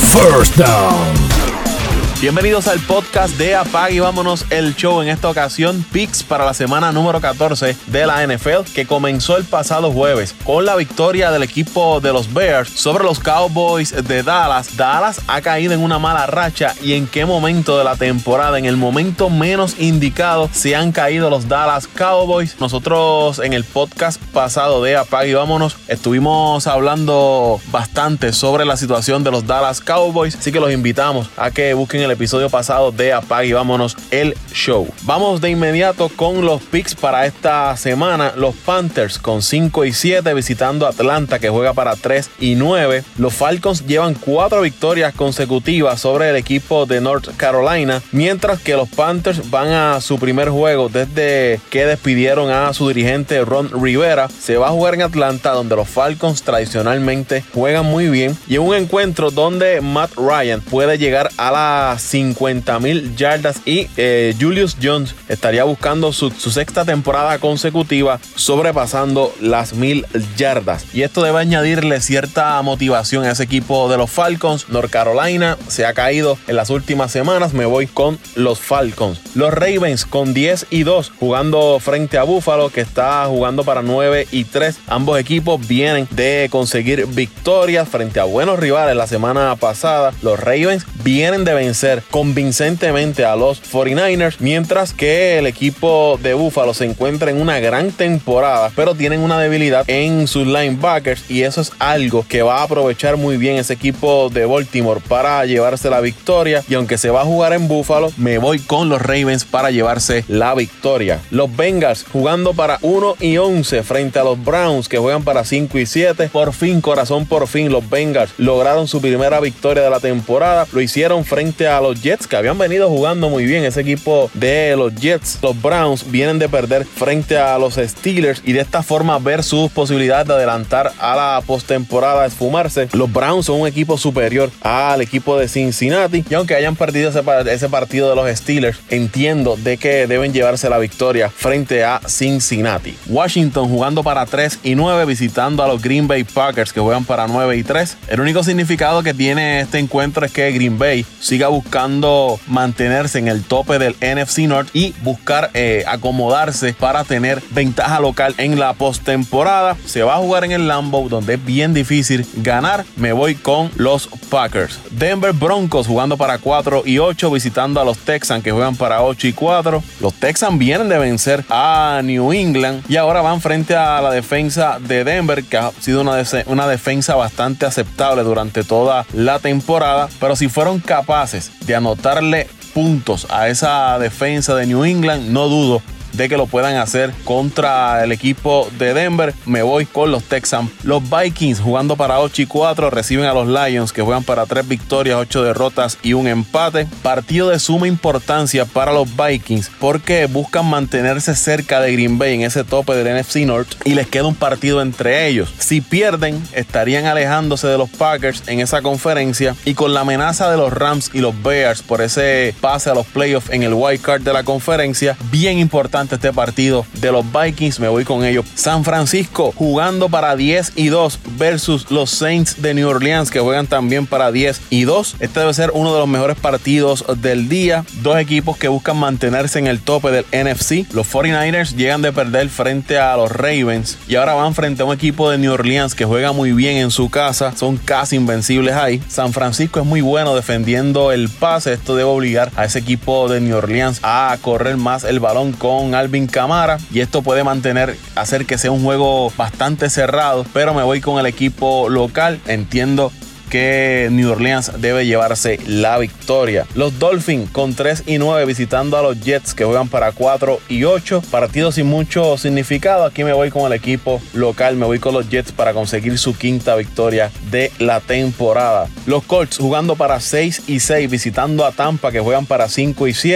First Down. Bienvenidos al podcast de Apague y Vámonos el Show. En esta ocasión, picks para la semana número 14 de la NFL, que comenzó el pasado jueves con la victoria del equipo de los Bears sobre los Cowboys de Dallas. Dallas ha caído en una mala racha, y en qué momento de la temporada, en el momento menos indicado, se han caído los Dallas Cowboys. Nosotros en el podcast pasado de Apague y Vámonos estuvimos hablando bastante sobre la situación de los Dallas Cowboys, así que los invitamos a que busquen el episodio pasado de Apague y Vámonos el Show. Vamos de inmediato con los picks para esta semana. Los Panthers con 5-7 visitando a Atlanta, que juega para 3-9. Los Falcons llevan 4 victorias consecutivas sobre el equipo de North Carolina, mientras que los Panthers van a su primer juego desde que despidieron a su dirigente Ron Rivera. Se va a jugar en Atlanta, donde los Falcons tradicionalmente juegan muy bien, y en un encuentro donde Matt Ryan puede llegar a las 50,000 yardas y Julius Jones estaría buscando su sexta temporada consecutiva sobrepasando las 1,000 yardas, y esto debe añadirle cierta motivación a ese equipo de los Falcons. North Carolina se ha caído en las últimas semanas, me voy con los Falcons. Los Ravens con 10-2 jugando frente a Buffalo, que está jugando para 9-3. Ambos equipos vienen de conseguir victorias frente a buenos rivales la semana pasada. Los Ravens vienen de vencer convincentemente a los 49ers, mientras que el equipo de Buffalo se encuentra en una gran temporada, pero tienen una debilidad en sus linebackers, y eso es algo que va a aprovechar muy bien ese equipo de Baltimore para llevarse la victoria. Y aunque se va a jugar en Buffalo, me voy con los Ravens para llevarse la victoria. Los Bengals jugando para 1-11 frente a los Browns, que juegan para 5-7. Por fin, corazón, por fin, los Bengals lograron su primera victoria de la temporada. Lo hicieron frente a los Jets, que habían venido jugando muy bien ese equipo de los Jets. Los Browns vienen de perder frente a los Steelers, y de esta forma ver sus posibilidades de adelantar a la postemporada esfumarse. Los Browns son un equipo superior al equipo de Cincinnati, y aunque hayan perdido ese partido de los Steelers, entiendo de que deben llevarse la victoria frente a Cincinnati. Washington jugando para 3-9 visitando a los Green Bay Packers, que juegan para 9-3. El único significado que tiene este encuentro es que Green Bay siga buscando mantenerse en el tope del NFC North y buscar acomodarse para tener ventaja local en la postemporada. Se va a jugar en el Lambeau, donde es bien difícil ganar. Me voy con los Packers. Denver Broncos jugando para 4-8 visitando a los Texans, que juegan para 8-4. Los Texans vienen de vencer a New England y ahora van frente a la defensa de Denver, que ha sido una defensa bastante aceptable durante toda la temporada, pero si fueron capaces de anotarle puntos a esa defensa de New England, no dudo de que lo puedan hacer contra el equipo de Denver. Me voy con los Texans. Los Vikings jugando para 8-4 reciben a los Lions, que juegan para 3 victorias, 8 derrotas y un empate. Partido de suma importancia para los Vikings, porque buscan mantenerse cerca de Green Bay en ese tope del NFC North, y les queda un partido entre ellos. Si pierden, estarían alejándose de los Packers en esa conferencia, y con la amenaza de los Rams y los Bears por ese pase a los playoffs en el wild card de la conferencia, bien importante este partido de los Vikings, me voy con ellos. San Francisco jugando para 10-2 versus los Saints de New Orleans, que juegan también para 10-2. Este debe ser uno de los mejores partidos del día. Dos equipos que buscan mantenerse en el tope del NFC. Los 49ers llegan de perder frente a los Ravens, y ahora van frente a un equipo de New Orleans que juega muy bien en su casa. Son casi invencibles ahí. San Francisco es muy bueno defendiendo el pase. Esto debe obligar a ese equipo de New Orleans a correr más el balón con Alvin Kamara, y esto puede hacer que sea un juego bastante cerrado, pero me voy con el equipo local. Entiendo que New Orleans debe llevarse la victoria. Los Dolphins con 3-9 visitando a los Jets, que juegan para 4-8. Partido sin mucho significado. Aquí me voy con el equipo local. Me voy con los Jets para conseguir su quinta victoria de la temporada. Los Colts jugando para 6-6 visitando a Tampa, que juegan para 5-7.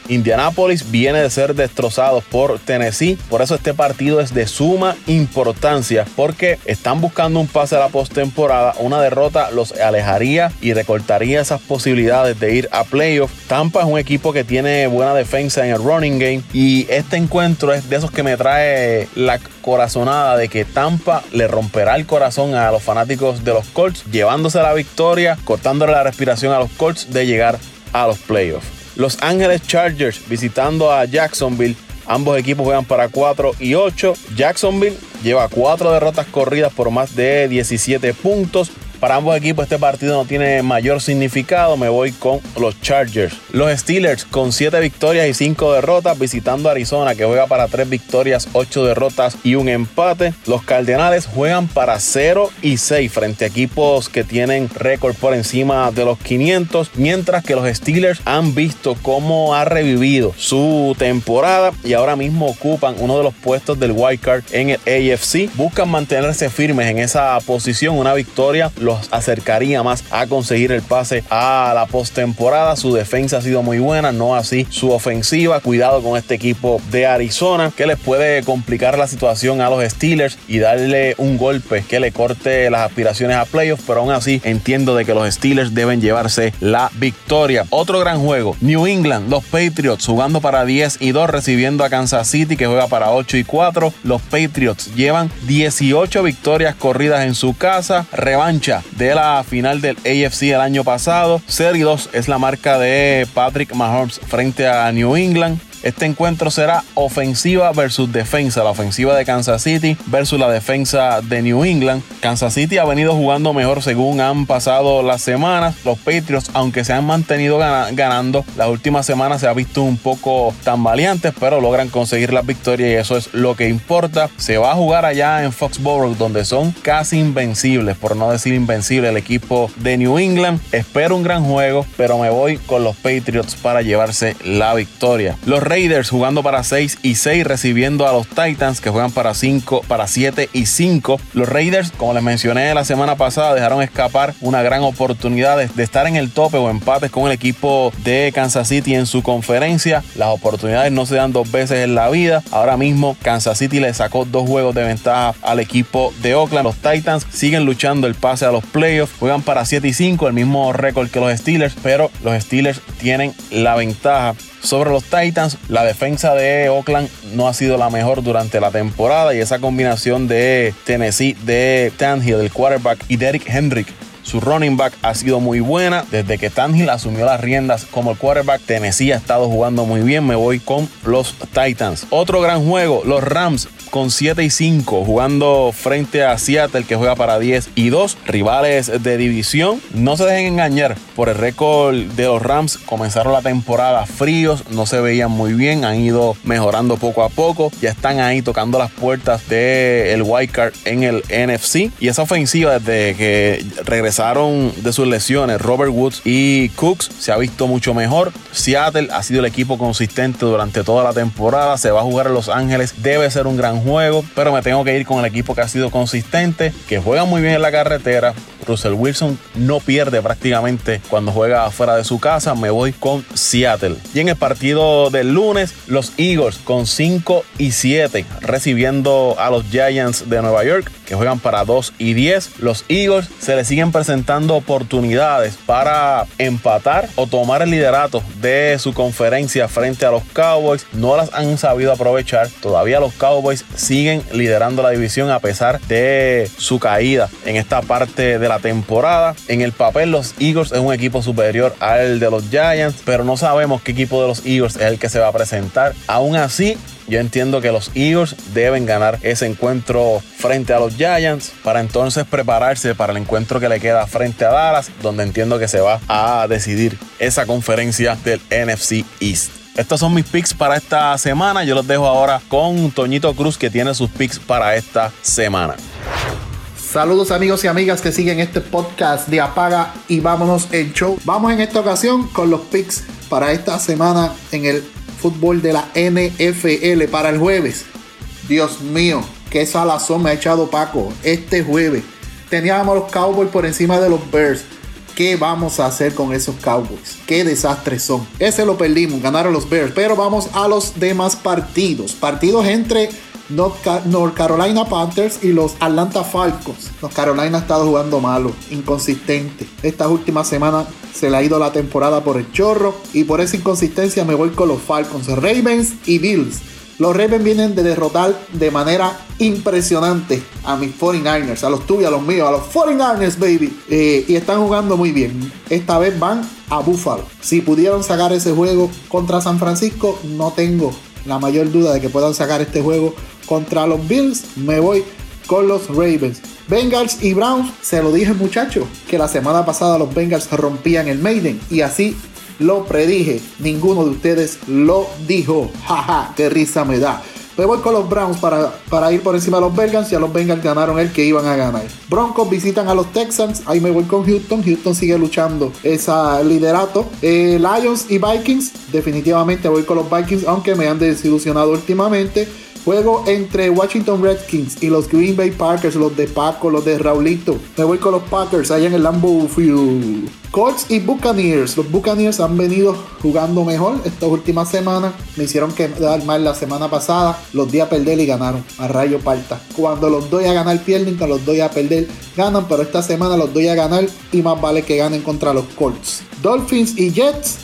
Indianapolis viene de ser destrozados por Tennessee, por eso este partido es de suma importancia porque están buscando un pase a la postemporada. Una derrota los alejaría y recortaría esas posibilidades de ir a playoff. Tampa es un equipo que tiene buena defensa en el running game y este encuentro es de esos que me trae la corazonada de que Tampa le romperá el corazón a los fanáticos de los Colts, llevándose la victoria, cortándole la respiración a los Colts de llegar a los playoffs. Los Ángeles Chargers visitando a Jacksonville. Ambos equipos juegan para 4-8. Jacksonville lleva 4 derrotas corridas por más de 17 puntos. Para ambos equipos este partido no tiene mayor significado, me voy con los Chargers. Los Steelers con 7 victorias y 5 derrotas visitando a Arizona, que juega para 3 victorias, 8 derrotas y un empate. Los Cardenales juegan para 0-6 frente a equipos que tienen récord por encima de los 500, mientras que los Steelers han visto cómo ha revivido su temporada y ahora mismo ocupan uno de los puestos del wild card en el AFC. Buscan mantenerse firmes en esa posición. Una victoria los acercaría más a conseguir el pase a la postemporada. Su defensa ha sido muy buena, no así su ofensiva. Cuidado con este equipo de Arizona que les puede complicar la situación a los Steelers y darle un golpe que le corte las aspiraciones a playoffs, pero aún así entiendo de que los Steelers deben llevarse la victoria. Otro gran juego, New England, los Patriots jugando para 10-2 recibiendo a Kansas City, que juega para 8-4. Los Patriots llevan 18 victorias corridas en su casa, revancha de la final del AFC el año pasado. 0-2 es la marca de Patrick Mahomes frente a New England. Este encuentro será ofensiva versus defensa, la ofensiva de Kansas City versus la defensa de New England. Kansas City ha venido jugando mejor según han pasado las semanas. Los Patriots, aunque se han mantenido ganando, las últimas semanas se ha visto un poco tambaleantes, pero logran conseguir la victoria y eso es lo que importa. Se va a jugar allá en Foxborough, donde son casi invencibles, por no decir invencible, el equipo de New England. Espero un gran juego, pero me voy con los Patriots para llevarse la victoria. Los Raiders jugando para 6-6 recibiendo a los Titans, que juegan para 7-5. Los Raiders, como les mencioné la semana pasada, dejaron escapar una gran oportunidad de estar en el tope o empates con el equipo de Kansas City en su conferencia. Las oportunidades no se dan 2 veces en la vida. Ahora mismo Kansas City le sacó 2 juegos de ventaja al equipo de Oakland. Los Titans siguen luchando el pase a los playoffs, juegan para 7-5, el mismo récord que los Steelers, pero los Steelers tienen la ventaja sobre los Titans. La defensa de Oakland no ha sido la mejor durante la temporada y esa combinación de Tennessee, de Tannehill, el quarterback, y Derrick Henry, su running back, ha sido muy buena. Desde que Tannehill asumió las riendas como el quarterback, Tennessee ha estado jugando muy bien. Me voy con los Titans. Otro gran juego, los Rams con 7-5 jugando frente a Seattle, que juega para 10-2, rivales de división. No se dejen engañar por el récord de los Rams. Comenzaron la temporada fríos, no se veían muy bien, han ido mejorando poco a poco, ya están ahí tocando las puertas del wild card en el NFC. Y esa ofensiva, desde que regresaron de sus lesiones Robert Woods y Cooks, se ha visto mucho mejor. Seattle ha sido el equipo consistente durante toda la temporada. Se va a jugar en Los Ángeles, debe ser un gran juego, pero me tengo que ir con el equipo que ha sido consistente, que juega muy bien en la carretera. Russell Wilson no pierde prácticamente cuando juega fuera de su casa. Me voy con Seattle. Y en el partido del lunes, los Eagles con 5-7 recibiendo a los Giants de Nueva York, que juegan para 2-10. Los Eagles se les siguen presentando oportunidades para empatar o tomar el liderato de su conferencia frente a los Cowboys. No las han sabido aprovechar. Todavía los Cowboys siguen liderando la división a pesar de su caída en esta parte de la temporada. En el papel, los Eagles es un equipo superior al de los Giants, pero no sabemos qué equipo de los Eagles es el que se va a presentar. Aún así, yo entiendo que los Eagles deben ganar ese encuentro frente a los Giants para entonces prepararse para el encuentro que le queda frente a Dallas, donde entiendo que se va a decidir esa conferencia del NFC East. Estos son mis picks para esta semana. Yo los dejo ahora con Toñito Cruz, que tiene sus picks para esta semana. Saludos amigos y amigas que siguen este podcast de Apaga y Vámonos el Show. Vamos en esta ocasión con los picks para esta semana en el fútbol de la NFL para el jueves. Dios mío, qué salazón me ha echado Paco este jueves. Teníamos a los Cowboys por encima de los Bears. ¿Qué vamos a hacer con esos Cowboys? ¿Qué desastres son? Ese lo perdimos, ganaron los Bears. Pero vamos a los demás partidos. Partidos entre North Carolina Panthers y los Atlanta Falcons. North Carolina ha estado jugando malo, inconsistente. Estas últimas semanas se le ha ido la temporada por el chorro y por esa inconsistencia me voy con los Falcons, Ravens y Bills. Los Ravens vienen de derrotar de manera impresionante a mis 49ers, a los tuyos, a los míos, a los 49ers, baby. Y están jugando muy bien. Esta vez van a Buffalo. Si pudieron sacar ese juego contra San Francisco, no tengo la mayor duda de que puedan sacar este juego contra los Bills. Me voy con los Ravens. Bengals y Browns, se lo dije, muchachos, que la semana pasada los Bengals rompían el Maiden y así lo predije. Ninguno de ustedes lo dijo. Jaja, qué risa me da. Me voy con los Browns para ir por encima de los Bengals. Ya los Bengals ganaron el que iban a ganar. Broncos visitan a los Texans. Ahí me voy con Houston. Houston sigue luchando ese liderato. Lions y Vikings. Definitivamente voy con los Vikings, aunque me han desilusionado últimamente. Juego entre Washington Redskins y los Green Bay Packers, los de Paco, los de Raulito. Me voy con los Packers allá en el Lambeau Field. Colts y Buccaneers. Los Buccaneers han venido jugando mejor estas últimas semanas. Me hicieron quedar mal la semana pasada. Los di a perder y ganaron. A rayo parta. Cuando los doy a ganar pierden, cuando los doy a perder ganan. Pero esta semana los doy a ganar y más vale que ganen contra los Colts. Dolphins y Jets.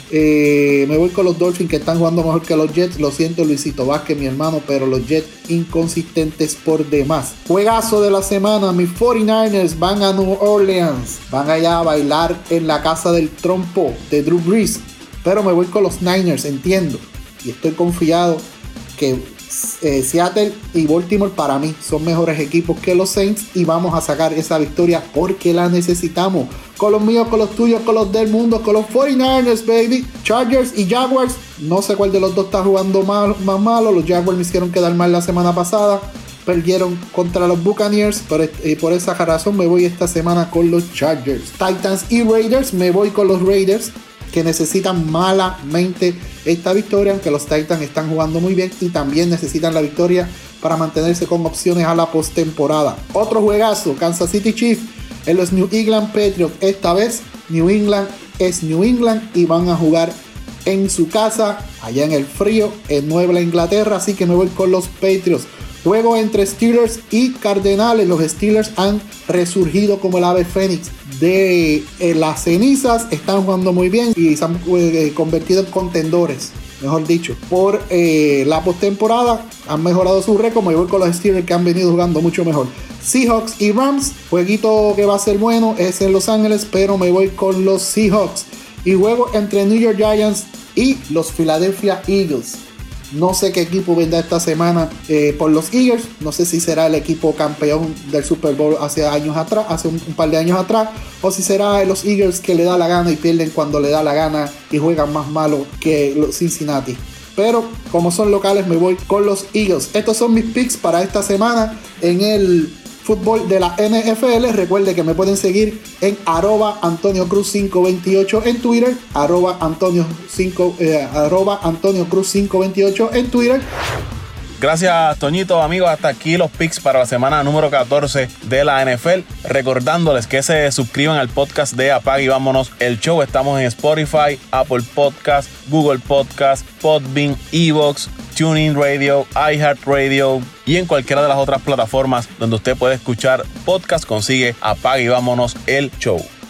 Me voy con los Dolphins, que están jugando mejor que los Jets. Lo siento, Luisito Vázquez, mi hermano, pero los Jets inconsistentes por demás. Juegazo de la semana. Mis 49ers van a New Orleans. Van allá a bailar en la casa del trompo de Drew Brees. Pero me voy con los Niners, entiendo. Y estoy confiado que Seattle y Baltimore para mí son mejores equipos que los Saints y vamos a sacar esa victoria porque la necesitamos. Con los míos, con los tuyos, con los del mundo, con los 49ers, baby. Chargers y Jaguars, no sé cuál de los dos está jugando más malo. Los Jaguars me hicieron quedar mal la semana pasada, perdieron contra los Buccaneers, por esa razón me voy esta semana con los Chargers. Titans y Raiders, me voy con los Raiders, que necesitan malamente esta victoria, aunque los Titans están jugando muy bien y también necesitan la victoria para mantenerse con opciones a la postemporada. Otro juegazo, Kansas City Chiefs en los New England Patriots. Esta vez New England es New England y van a jugar en su casa, allá en el frío, en Nueva Inglaterra, así que me voy con los Patriots. Juego entre Steelers y Cardenales. Los Steelers han resurgido como el ave fénix de las cenizas. Están jugando muy bien y se han convertido en contendores, mejor dicho, por la postemporada. Han mejorado su récord. Me voy con los Steelers, que han venido jugando mucho mejor. Seahawks y Rams. Jueguito que va a ser bueno. Es en Los Ángeles, pero me voy con los Seahawks. Y juego entre New York Giants y los Philadelphia Eagles. No sé qué equipo vendrá esta semana por los Eagles. No sé si será el equipo campeón del Super Bowl hace un par de años atrás, o si será los Eagles que le da la gana y pierden cuando le da la gana y juegan más malo que los Cincinnati. Pero como son locales, me voy con los Eagles. Estos son mis picks para esta semana en el fútbol de la NFL. Recuerde que me pueden seguir en @AntonioCruz528 en Twitter, @AntonioCruz528 en Twitter. Gracias, Toñito. Amigos, hasta aquí los picks para la semana número 14 de la NFL. Recordándoles que se suscriban al podcast de Apaga y Vámonos el Show. Estamos en Spotify, Apple Podcast, Google Podcast, Podbean, Evox, TuneIn Radio, iHeartRadio y en cualquiera de las otras plataformas donde usted puede escuchar podcast. Consigue Apaga y Vámonos el Show.